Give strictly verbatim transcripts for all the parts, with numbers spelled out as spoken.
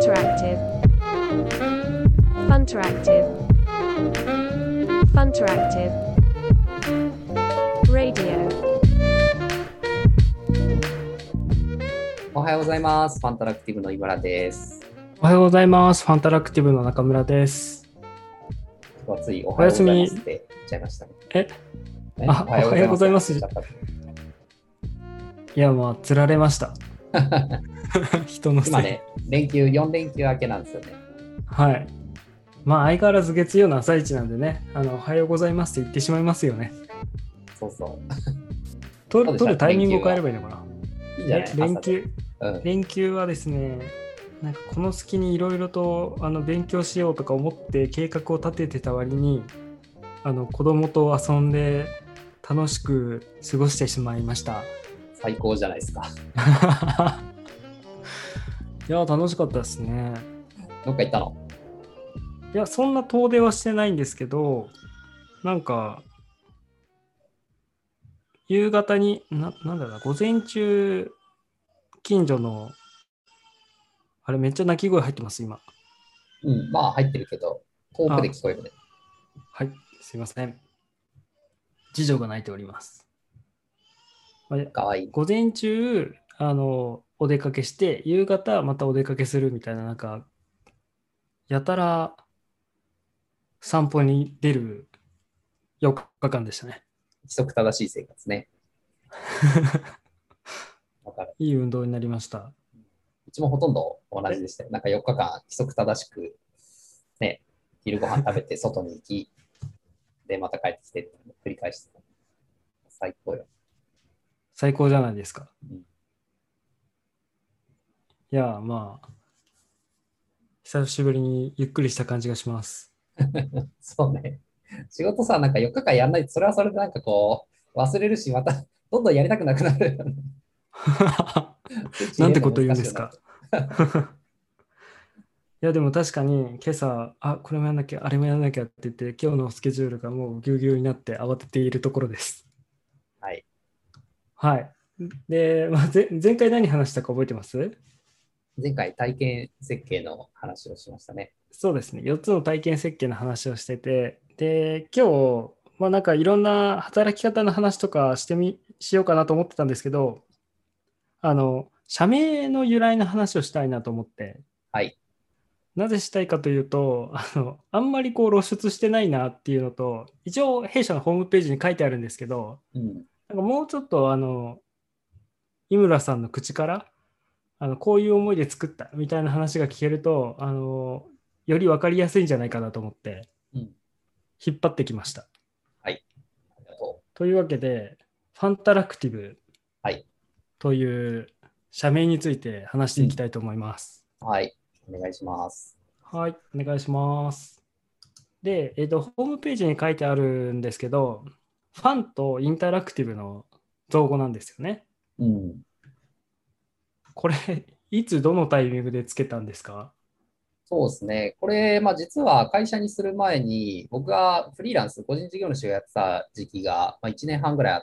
Funteractive Funteractive Funteractive Radio おはようございます。ファンタラクティブの井村です。 おはようございます。ファンタラクティブの中村です。 今日はついおはようございますって言っちゃいましたね。 えあ、おはようございます。いや、まあ、釣られました。人のせい。 今ね、連休、よん連休明けなんですよね。 はい。まあ、相変わらず月曜の朝一なんでね、あのおはようございますって言ってしまいますよね。 そうそう。 取る、取るタイミングを変えればいいのかな。 いいんじゃない？ 連休、 うん、 連休はですね、なんかこの隙にいろいろとあの勉強しようとか思って計画を立ててた割に、あの子供と遊んで楽しく過ごしてしまいました。 最高じゃないですか。 いや、楽しかったですね。 どっか行ったの？ いや、そんな遠出はしてないんですけど、なんか夕方に な, なんだろうな午前中近所のあれめっちゃ鳴き声入ってます今。 うん、まあ入ってるけど遠くで聞こえるね。 はい、すいません。次女が泣いております。 かわいい。 午前中あのお出かけして夕方またお出かけするみたいな、なんかやたら散歩に出るよっかかんでしたね。 規則正しい生活ね。わかる。 いい運動になりました。 うちもほとんど同じでしたよ。なんかよっかかん規則正しくね、昼ご飯食べて外に行き、でまた帰ってきてって繰り返してた。最高よ。 最高じゃないですか。 うん、 いや、まあ久しぶりにゆっくりした感じがします。 そうね。仕事さ、なんかよっかかんやんないと、それはそれでなんかこう、忘れるし、またどんどんやりたくなくなる。 なんてこと言うんですか。いや、でも確かに今朝、あ、これもやんなきゃ、あれもやんなきゃって言って、今日のスケジュールがもうぎゅうぎゅうになって慌てているところです。 はい。 はい。で、まあ、ぜ前回何話したか覚えてます？ 前回体験設計の話をしましたね。 そうですね。よっつの体験設計の話をしてて、で、今日、まあなんかいろんな働き方の話とかしてみ、しようかなと思ってたんですけど、あの、社名の由来の話をしたいなと思って、 はい。 なぜしたいかというと、あの、あんまりこう露出してないなっていうのと、一応弊社のホームページに書いてあるんですけど、 うん。 なんかもうちょっとあの、井村さんの口から、あの、こういう思いで作ったみたいな話が聞けると、あの、より分かりやすいんじゃないかなと思って、 うん。 引っ張ってきました。 はい。ありがとというわけで、ファンタラクティブう。はい。 という社名について話していきうん。 たいと思います。 はい。お願いします。 はい、お願いします。で、えっと、ホームページに書いてあるんですけど、ファンとインタラクティブの造語なんですよね。 うん。 これ、いつどのタイミングでつけたんですか？ そうですね。これ、まあ実は会社にする前に、僕がフリーランス、個人事業主をやってた時期が、まあ、いちねんはんぐらいあって、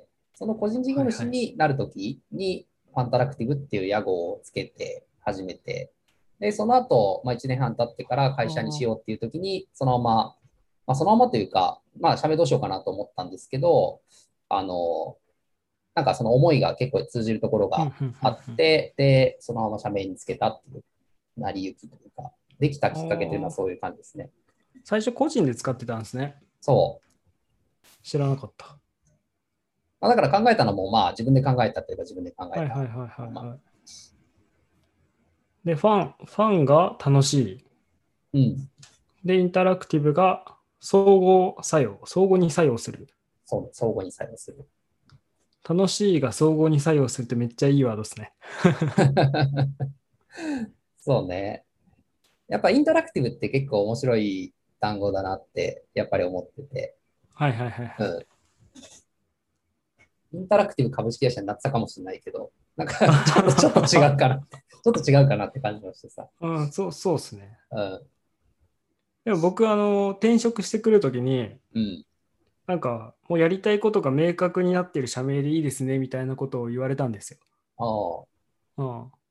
その個人事業主はいはい。 になるときに、ファンタラクティブっていう屋号をつけて始めて、で、その後、まあ、いちねんはん経ってから会社にしようっていうときに、そのまま、まあ、そのままというか、まあ、社名どうしようかなと思ったんですけど、あの、なんかその思いが結構通じるところがふんふんふあんふん。 って、で、そのまま社名につけたっていう成り行きというか、できたあきっかけというのはーそういう感じですね。 最初個人で使ってたんですね。 そう。 知らなかった。 まあ、だから考えたのも、まあ自分で考えたといえば自分で考えた。 はいはいはいはいまあ、 はい。で、ファン、ファンが楽しい。 うん。 で、インタラクティブが相互作用、相互に作用する。 そう、相互に作用する。 楽しいが相互に作用するってめっちゃいいワードですね。 そうね。やっぱインタラクティブって結構面白い単語だなって、やっぱり思ってて。 はいはいはいはい。 うん。インタラクティブ株式会社になってたかもしれないけど、なんかちょっと、ちょっと違うかな。ちょっと違うかなって感じがしてさ。 うん、そう、そうですね。 うん。 でも僕、あの、転職してくるときに、 うん。 なんか、もうやりたいことが明確になっている社名でいいですね、みたいなことを言われたんですよ。 ああ。 うん。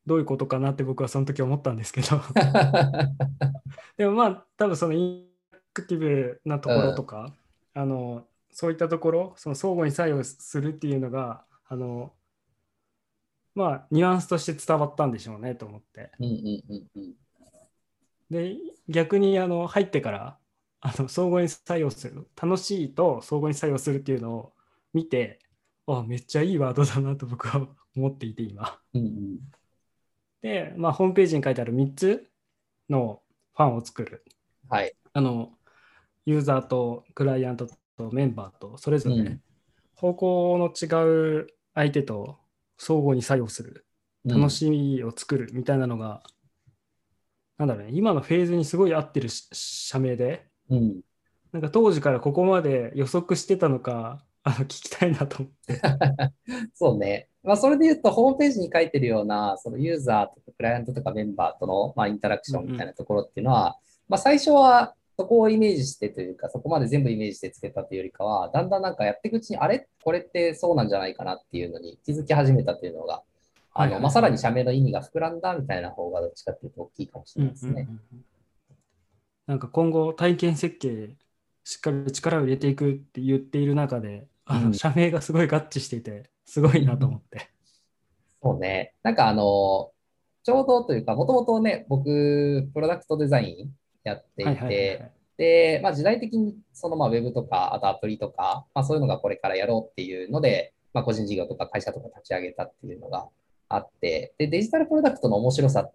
どういうことかなって僕はその時思ったんですけどでもまあ多分そのインアクティブなところとうん。 か、あのそういったところ、その相互に作用するっていうのが、あのまあニュアンスとして伝わったんでしょうねと思って。 うんうんうんうん。 で、逆にあの入ってからあの相互に作用する、楽しいと相互に作用するっていうのを見て、あ、めっちゃいいワードだなと僕は思っていて今。 うんうん。 で、まあ、ホームページに書いてあるみっつのファンを作る。 はい。 あのユーザーとクライアントとメンバーとそれぞれうん。 方向の違う相手と相互に作用する、楽うん。 しみを作るみたいなのが、なんだろうね、今のフェーズにすごい合ってる社名で、 うん。 なんか当時からここまで予測してたのか、あの聞きたいなと思って。 そうね。まあ、それで言うと、ホームページに書いてるような、そのユーザーとかクライアントとかメンバーとの、まあ、インタラクションみたいうんうんなところっていうのは、まあ、最初はそこをイメージしてというか、そこまで全部イメージしてつけたというよりかは、だんだんなんかやっていくうちに、あれこれってそうなんじゃないかなっていうのに気づき始めたというのが、あの、まあ、 はいはいはいはい。 さらに社名の意味が膨らんだみたいな方がどっちかっていうと大きいかもしうんれないですね。 うんうん。なんか今後体験設計しっかり力を入れていくって言っている中で、あのうん。 社名がすごい合致していて、すごいなと思って。 そうね。なんかあの、ちょうどというか、もともとね、僕、プロダクトデザインやってはいいて、 はいはいはい。 で、まあ時代的にそのまあウェブとか、あとアプリとか、まあそういうのがこれからやろうっていうので、まあ個人事業とか会社とか立ち上げたっていうのがあって、で、デジタルプロダクトの面白さって、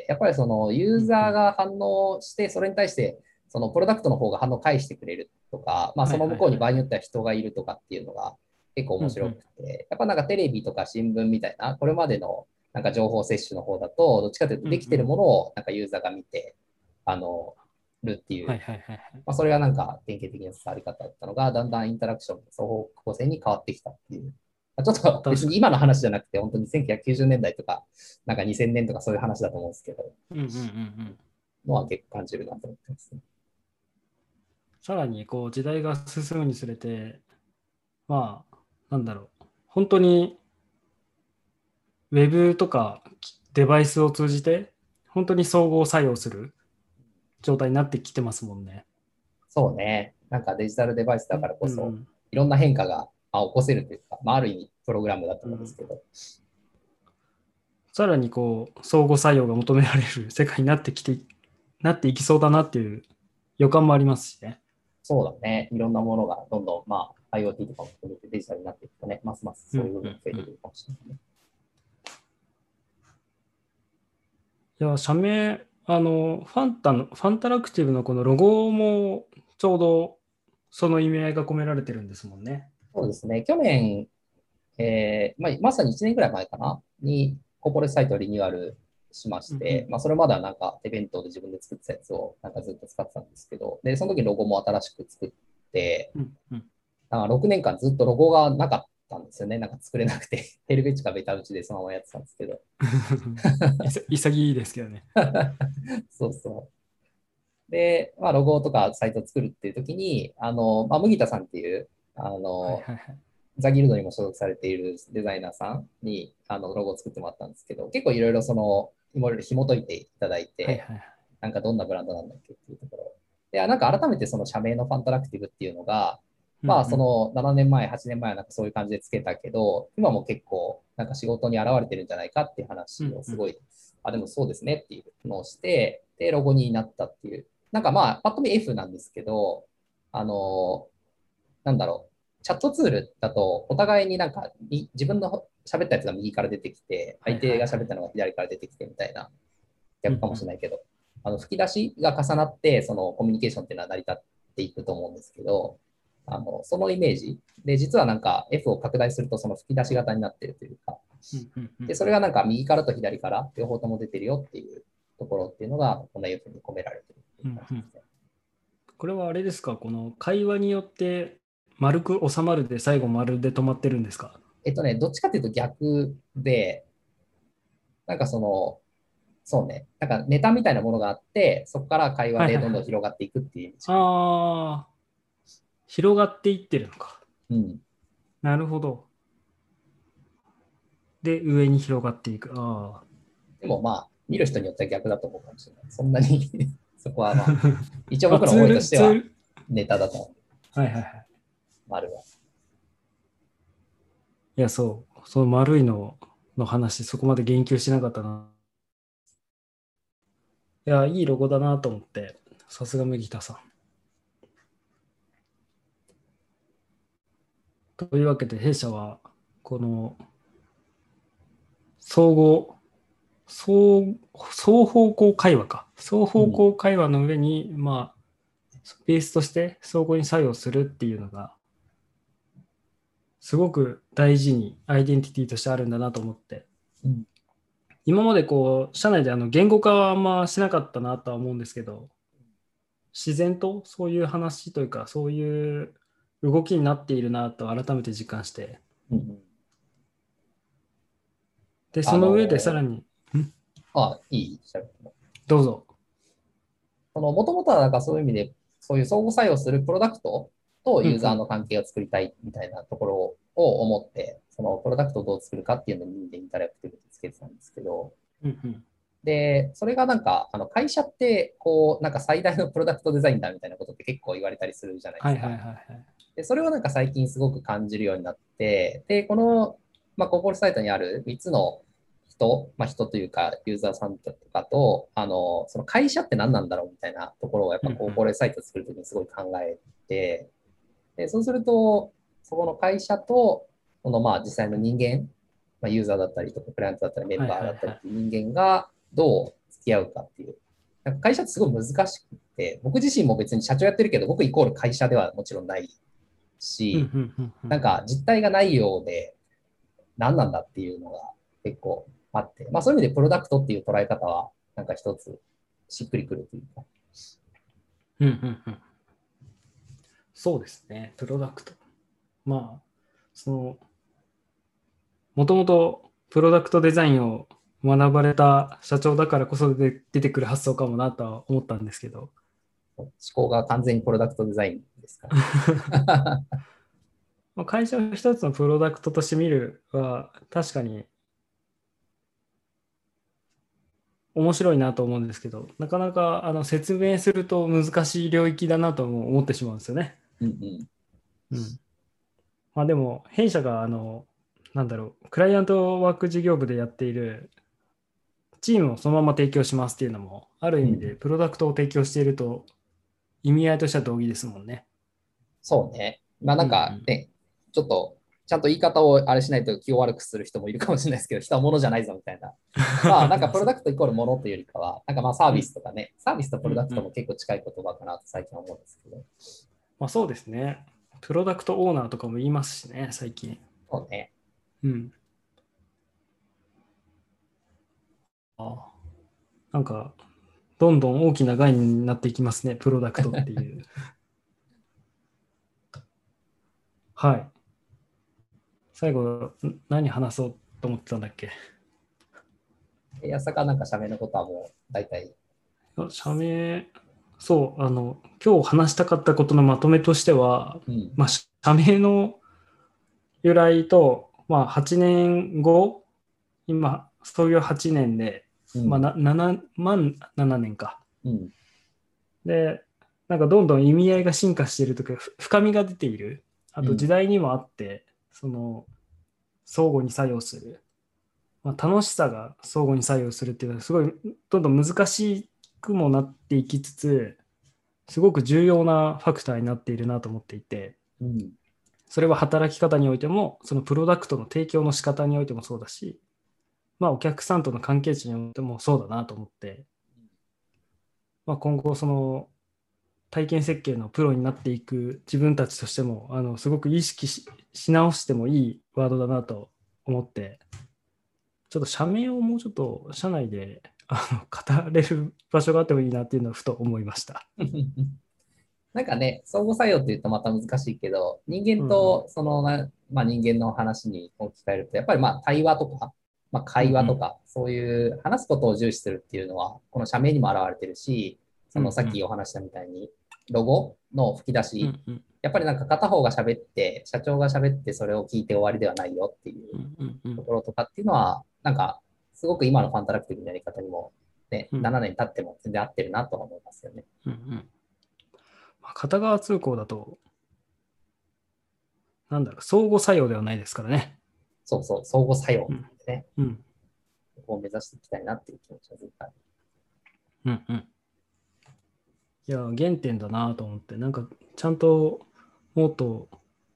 やっぱりそのユーザーうんうん。 が反応して、それに対して、そのプロダクトの方が反応返してくれるとか、まあはいその向こうにはいはいはい。 場合によっては人がいるとかっていうのが結構面白うんうん。 くて、やっぱなんかテレビとか新聞みたいな、これまでのなんか情報摂取の方だと、どっちかというとうんうん。 できてるものをなんかユーザーが見て、あの、るっていう、 はいはいはいはい。 まあ、それがなんか典型的な伝わり方だったのが、だんだんインタラクションの双方向性に変わってきたっていう。まあ、ちょっと別確かに今の話じゃなくて、本当にせんきゅうひゃくきゅうじゅうねんだいとか、なんかにせんねんとかそういう話だと思うんですけど、 に。うんうんうんうん。 のは結構感じるなと思ってますね。 さらにこう時代が進むにつれて、まあ、なんだろう。本当にウェブとかデバイスを通じて、本当に総合作用する状態になってきてますもんね。 そうね。なんかデジタルデバイスだからこそ、 うんうんいろんな変化が、まあ、起こせるというか、まあ、ある意味プログラムだとうん。 思うんですけど、 さらにこう相互作用が求められる世界になってきて、なっていきそうだなっていう予感もありますしね。 そうだね。いろんなものがどんどん、まあ、IoT とかも含めてデジタルになっていくとね、ますますうんそういう部うんうん。い分増えてくるかもしれないね。 や、社名、あの、ファンタの、ファンタラクティブのこのロゴもちょうどその意味合いが込められてるんですもんね。 そうですね。去年、えーまあ、まさにいちねんぐらい前かなに、コーポレートサイトをリニューアルしまして、 うんまあ、それまではなんか、手弁当で自分で作ってたやつをなんかずっと使ってたんですけど、で、その時ロゴも新しく作って、 うんうん。 なんかろくねんかんずっとロゴがなかったんですよね。なんか作れなくて、ヘルベチかベタ打ちでそのままやってたんですけど。 潔いですけどね。 そうそう。で、まあ、ロゴとかサイトを作るっていう時に、あの、まあ、麦田さんっていう、あの、 はいはいはい。 ザ・ギルドにも所属されているデザイナーさんにあのロゴを作ってもらったんですけど、結構いろいろその、いろいろ紐解いていただいて、 はいはいはい。 なんかどんなブランドなんだっけっていうところ。で、なんか改めてその社名のファンタラクティブっていうのが、まあそうんうん。 のななねんまえ、はちねんまえはなんかそういう感じでつけたけど、今も結構なんか仕事に現れてるんじゃないかっていううんうん。 話をすごい、あ、でもそうですねっていうのをして、で、ロゴになったっていう。なんかまあ、パッと見 F なんですけど、あの、なんだろう、チャットツールだと、お互いになんか、自分の喋ったやつが右から出てきて、 はい相手はいはい。 が喋ったのが左から出てきてみたいな、逆かもしうんうん。 れないけど、あの吹き出しが重なって、そのコミュニケーションっていうのは成り立っていくと思うんですけど、あのそのイメージで、実はなんか F を拡大すると、その吹き出し型になってるというか、 うんうんうで、 んうん。 それがなんか右からと左から両方とも出てるよっていうところっていうのが、この F に込められてるっていううんうん。 感じですね。 これはあれですか、この会話によって丸く収まるで最後丸で止まってるんですか？ えっとね、どっちかっていうと逆で、なんかその、そうね。なんかネタみたいなものがあって、そこから会話でどんどんはいはいはい。 広がっていくっていうイメージかな。 ああ、広がっていってるのか。 うん。 なるほど。で、上に広がっていく。ああ。 でもまあ、見る人によっては逆だと思うかもしれない。そんなにそこはまあ、一応あ、 僕の思いとツール、 してはツール。 ネタだと思う。 はいはいはい。 丸は。 いや、そう。その丸いのの話、そこまで言及しなかったな。いや、いいロゴだなと思って。さすが麦田さん。というわけで、弊社は、この、総合、双双方向会話か。双方向会話の上に、まあ、ベースとして相互に作用するっていうのが、すごく大事にアイデンティティとしてあるんだなと思って。 うん。 今までこう、社内であの言語化はあんましなかったなとは思うんですけど、自然とそういう話というか、そういう動きになっているなと改めて実感して、 うんうん。 で、そあの上でさらのに、んーあ、いい、調べてもどうぞ。 その、もともとはなんかそういう意味で、そういう相互作用するプロダクトとユーザーうんうん。 の関係を作りたいみたいなところを思って、そのプロダクトをどう作るかっていうのに人間インタラクティブってつけてたんですけど、 うんうん。 で、それがなんか、あの会社って、こう、なんか最大のプロダクトデザインだみたいなことって結構言われたりするじゃないですか。 はいはいはいはい。 で、それをなんか最近すごく感じるようになって、で、この、まあ、コーポレサイトにあるみっつの人、まあ、人というか、ユーザーさんとかと、あの、その会社って何なんだろうみたいなところをやっぱコーうんうん。 ポレサイト作るときにすごい考えて、で、そうすると、そこの会社と、このまあ実際の人間、まあ、ユーザーだったりとか、クライアントだったり、メンはいバーはいはい。 だったりっていう人間がどう付き合うかっていう。なんか会社ってすごい難しくて、僕自身も別に社長やってるけど、僕イコール会社ではもちろんないうんうし、 んうんうん。 なんか実態がないようで何なんだっていうのが結構あって、まあそういう意味でプロダクトっていう捉え方はなんか一つしっくりくるというか。 うんうんうん。そうですね。プロダクト。まあ、その、もともとプロダクトデザインを学ばれた社長だからこそで出てくる発想かもなとは思ったんですけど、 思考が完全にプロダクトデザインですから。 まあ会社を一つのプロダクトとして見るは確かに面白いなと思うんですけど、なかなかあの説明すると難しい領域だなとも思ってしまうんですよね。 うんうん。 うん。まあでも、弊社があの、なんだろう、クライアントワーク事業部でやっているチームをそのまま提供しますっていうのも、ある意味でうん、 プロダクトを提供していると意味合いとしては同義ですもんね。 そうね。まあなんうんうん。 かね、ちょっとちゃんと言い方をあれしないと気を悪くする人もいるかもしれないですけど、人は物じゃないぞみたいな。まあなんかプロそう。 ダクトイコール物というよりかは、なんかまあサービうんスとかね、サービスとプロダクトもうんうん。 結構近い言葉かなと最近は思うんですけど。 まあそうですね。プロダクトオーナーとかも言いますしね、最近。 そうね。 うん。あ、なんか、どんどん大きな概念になっていきますね、プロダクトっていう。はい。最後、ん何話そうと思ってたんだっけ。 安坂なんか社名のことはもう大体。 あ社名、そう、あの、今日話したかったことのまとめとしては、 うん。 まあ、社名の由来と、まあ、はちねんご、今、創業はちねんで、まあ、 うん。 ななな、満ななねんか。 うん。 で、なんかどんどん意味合いが進化しているとか、ふ深みが出ている。あと時うん。 代にもあって、その、相互に作用する。まあ、楽しさが相互に作用するっていうのは、すごい、どんどん難しくもなっていきつつ、すごく重要なファクターになっているなと思っていて、 うん。 それは働き方においても、そのプロダクトの提供の仕方においてもそうだし、まあ、お客さんとの関係値においてもそうだなと思って、まあ、今後、その体験設計のプロになっていく自分たちとしても、あのすごく意識し、し直してもいいワードだなと思って、ちょっと社名をもうちょっと社内であの語れる場所があってもいいなっていうのはふと思いました。 なんかね、相互作用って言うとまた難しいけど、人間うんうん。 とそのな、まあ、人間の話に置き換えると、やっぱりまあ対話とか、まあ、 うんうん。 会話とか、そういう話すことを重視するっていうのは、この社名にも表れてるし、そのさっきうんうん。 お話したみたいに、ロゴの吹き出し、 うんうんやっぱりなんか片方が喋って、社長が喋ってそれを聞いて終わりではないよっていううんうんうん。 ところとかっていうのは、なんかすごく今のファンタラクティブのやり方にも、ね、 うんななねん経っても全然合ってるなとは思いますよね。 うんうん。まあ、片側通行だと、なんだろう、相互作用ではないですからね。 そうそう、相互作用うんでね、 うんここを目指していきたいなっていう気持ちはずっとある。 うんうん。いや、原点だなと思って、なんかちゃんともっと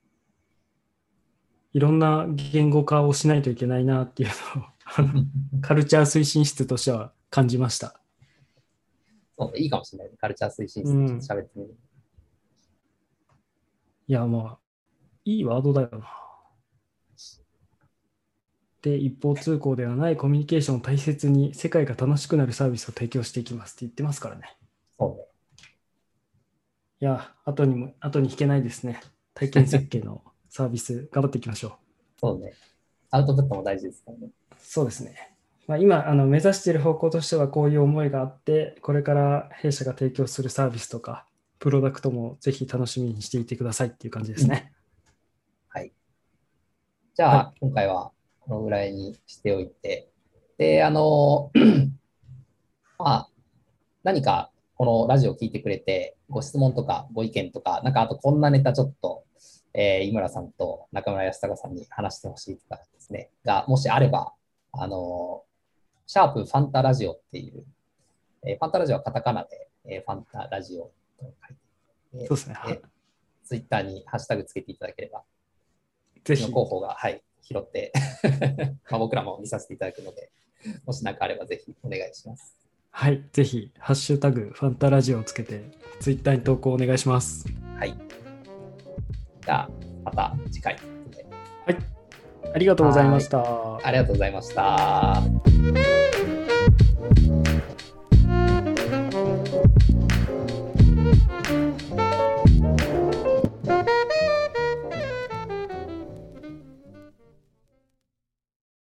いろんな言語化をしないといけないなっていうのをあのカルチャー推進室としては感じました。 そういいかもしれない。カルチャー推進室うん。 ちょっと喋ってみる。 いや、まあ、いいワードだよな。で、一方通行ではないコミュニケーションを大切に世界が楽しくなるサービスを提供していきますって言ってますからね。 そうね。 いや、後にも、後に引けないですね。体験設計のサービス、頑張っていきましょう。 そうね。アウトプットも大事ですからね。 そうですね。まあ、今あの、目指している方向としてはこういう思いがあって、これから弊社が提供するサービスとか、プロダクトもぜひ楽しみにしていてくださいっていう感じですね。 はい。じゃあ、 は今回はこのぐらいにしておいて、で、あの、まあ、何かこのラジオを聞いてくれて、ご質問とかご意見とか、なんかあとこんなネタちょっと、えー井村さんと中村康隆さんに話してほしいとかですね、が、もしあれば、あの、シャープファンタラジオっていう、えーファンタラジオはカタカナで、えーファンタラジオと書いて、えーそうですね。 えーツイッターにハッシュタグつけていただければ、 ぜひの広報が、はい、拾ってまあ僕らも見させていただくので、もし何かあればぜひお願いします。 はい、ぜひ、ハッシュタグ、ファンタラジオをつけて、ツイッターに投稿お願いします。 はい。じゃあ、また次回。 はい、ありがとうございました。 ありがとうございました。